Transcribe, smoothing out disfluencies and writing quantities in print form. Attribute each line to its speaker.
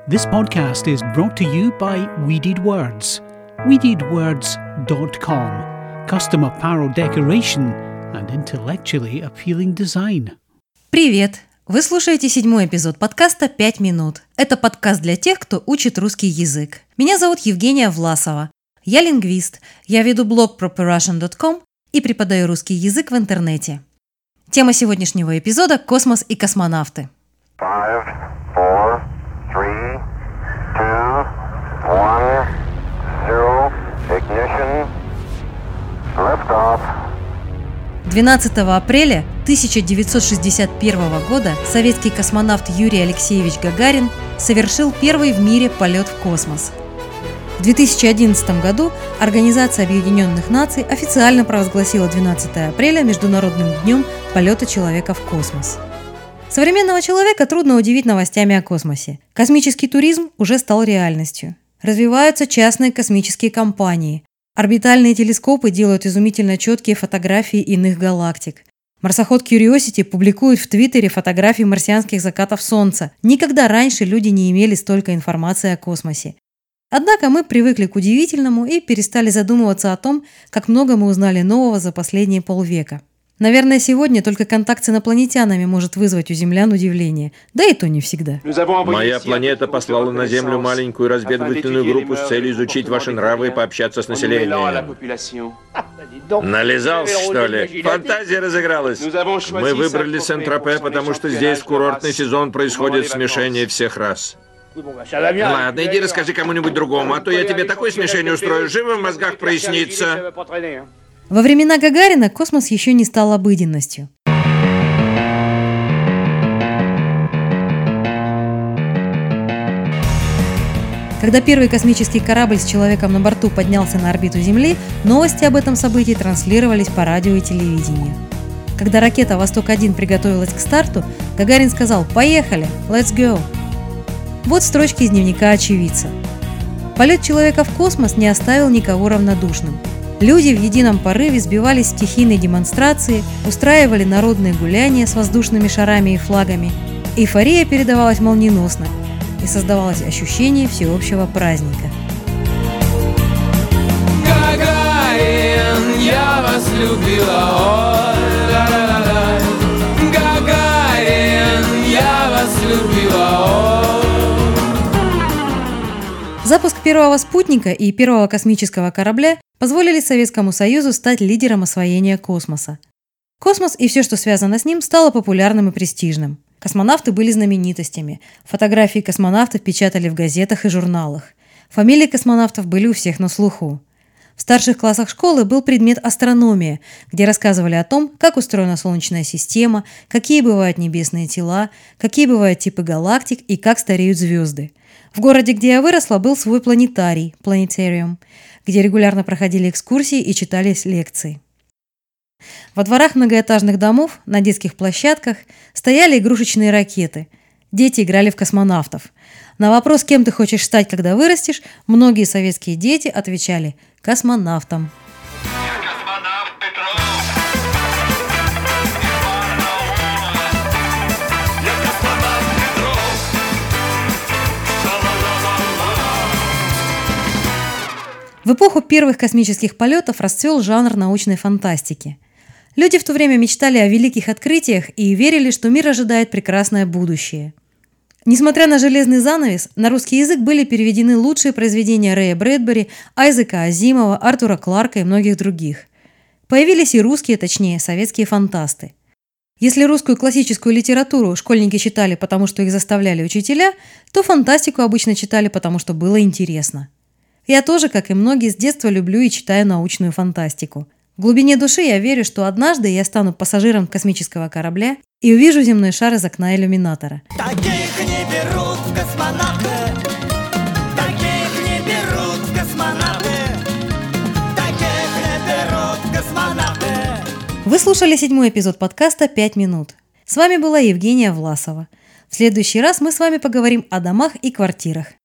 Speaker 1: This podcast is brought to you by Weeded Words. weededwords.com. Custom apparel decoration and intellectually appealing design.
Speaker 2: Привет! Вы слушаете 7-й эпизод подкаста «5 минут». Это подкаст для тех, кто учит русский язык. Меня зовут Евгения Власова. Я лингвист, я веду блог properrussian.com и преподаю русский язык в интернете. Тема сегодняшнего эпизода – космос и космонавты.
Speaker 3: 5, 4, 3, 2, 1, 0, ignition, liftoff.
Speaker 2: 12 апреля 1961 года советский космонавт Юрий Алексеевич Гагарин совершил первый в мире полет в космос. В 2011 году Организация Объединенных Наций официально провозгласила 12 апреля Международным днем полета человека в космос. Современного человека трудно удивить новостями о космосе. Космический туризм уже стал реальностью. Развиваются частные космические компании. Орбитальные телескопы делают изумительно четкие фотографии иных галактик. Марсоход Curiosity публикует в Твиттере фотографии марсианских закатов Солнца. Никогда раньше люди не имели столько информации о космосе. Однако мы привыкли к удивительному и перестали задумываться о том, как много мы узнали нового за последние полвека. Наверное, сегодня только контакт с инопланетянами может вызвать у землян удивление. Да и то не всегда.
Speaker 4: Моя планета послала на Землю маленькую разведывательную группу с целью изучить ваши нравы и пообщаться с населением. Нализался, что ли? Фантазия разыгралась. Мы выбрали Сент-Тропе, потому что здесь в курортный сезон происходит смешение всех рас. Ладно, иди расскажи кому-нибудь другому, а то я тебе такое смешение устрою, живо в мозгах прояснится.
Speaker 2: Во времена Гагарина космос еще не стал обыденностью. Когда первый космический корабль с человеком на борту поднялся на орбиту Земли, новости об этом событии транслировались по радио и телевидению. Когда ракета «Восток-1» приготовилась к старту, Гагарин сказал «Поехали! Let's go!». Вот строчки из дневника очевидца. Полет человека в космос не оставил никого равнодушным. Люди в едином порыве сбивались в стихийные демонстрации, устраивали народные гуляния с воздушными шарами и флагами. Эйфория передавалась молниеносно, и создавалось ощущение всеобщего праздника.
Speaker 5: Гагарин, я вас любила, ой, ла-ла-ла-ла. Гагарин, я вас любила, ой.
Speaker 2: Запуск первого спутника и первого космического корабля позволили Советскому Союзу стать лидером освоения космоса. Космос и все, что связано с ним, стало популярным и престижным. Космонавты были знаменитостями. Фотографии космонавтов печатали в газетах и журналах. Фамилии космонавтов были у всех на слуху. В старших классах школы был предмет астрономия, где рассказывали о том, как устроена Солнечная система, какие бывают небесные тела, какие бывают типы галактик и как стареют звезды. В городе, где я выросла, был свой планетарий, планетариум, где регулярно проходили экскурсии и читались лекции. Во дворах многоэтажных домов, на детских площадках стояли игрушечные ракеты. Дети играли в космонавтов. На вопрос, кем ты хочешь стать, когда вырастешь, многие советские дети отвечали «космонавтом». В эпоху первых космических полетов расцвел жанр научной фантастики. Люди в то время мечтали о великих открытиях и верили, что мир ожидает прекрасное будущее. Несмотря на железный занавес, на русский язык были переведены лучшие произведения Рэя Брэдбери, Айзека Азимова, Артура Кларка и многих других. Появились и русские, точнее, советские фантасты. Если русскую классическую литературу школьники читали, потому что их заставляли учителя, то фантастику обычно читали, потому что было интересно. Я тоже, как и многие, с детства люблю и читаю научную фантастику. В глубине души я верю, что однажды я стану пассажиром космического корабля и увижу земной шар из окна иллюминатора.
Speaker 5: Таких не берут в космонавты. Таких не берут в космонавты. Таких не берут в космонавты.
Speaker 2: Вы слушали 7-й эпизод подкаста «5 минут». С вами была Евгения Власова. В следующий раз мы с вами поговорим о домах и квартирах.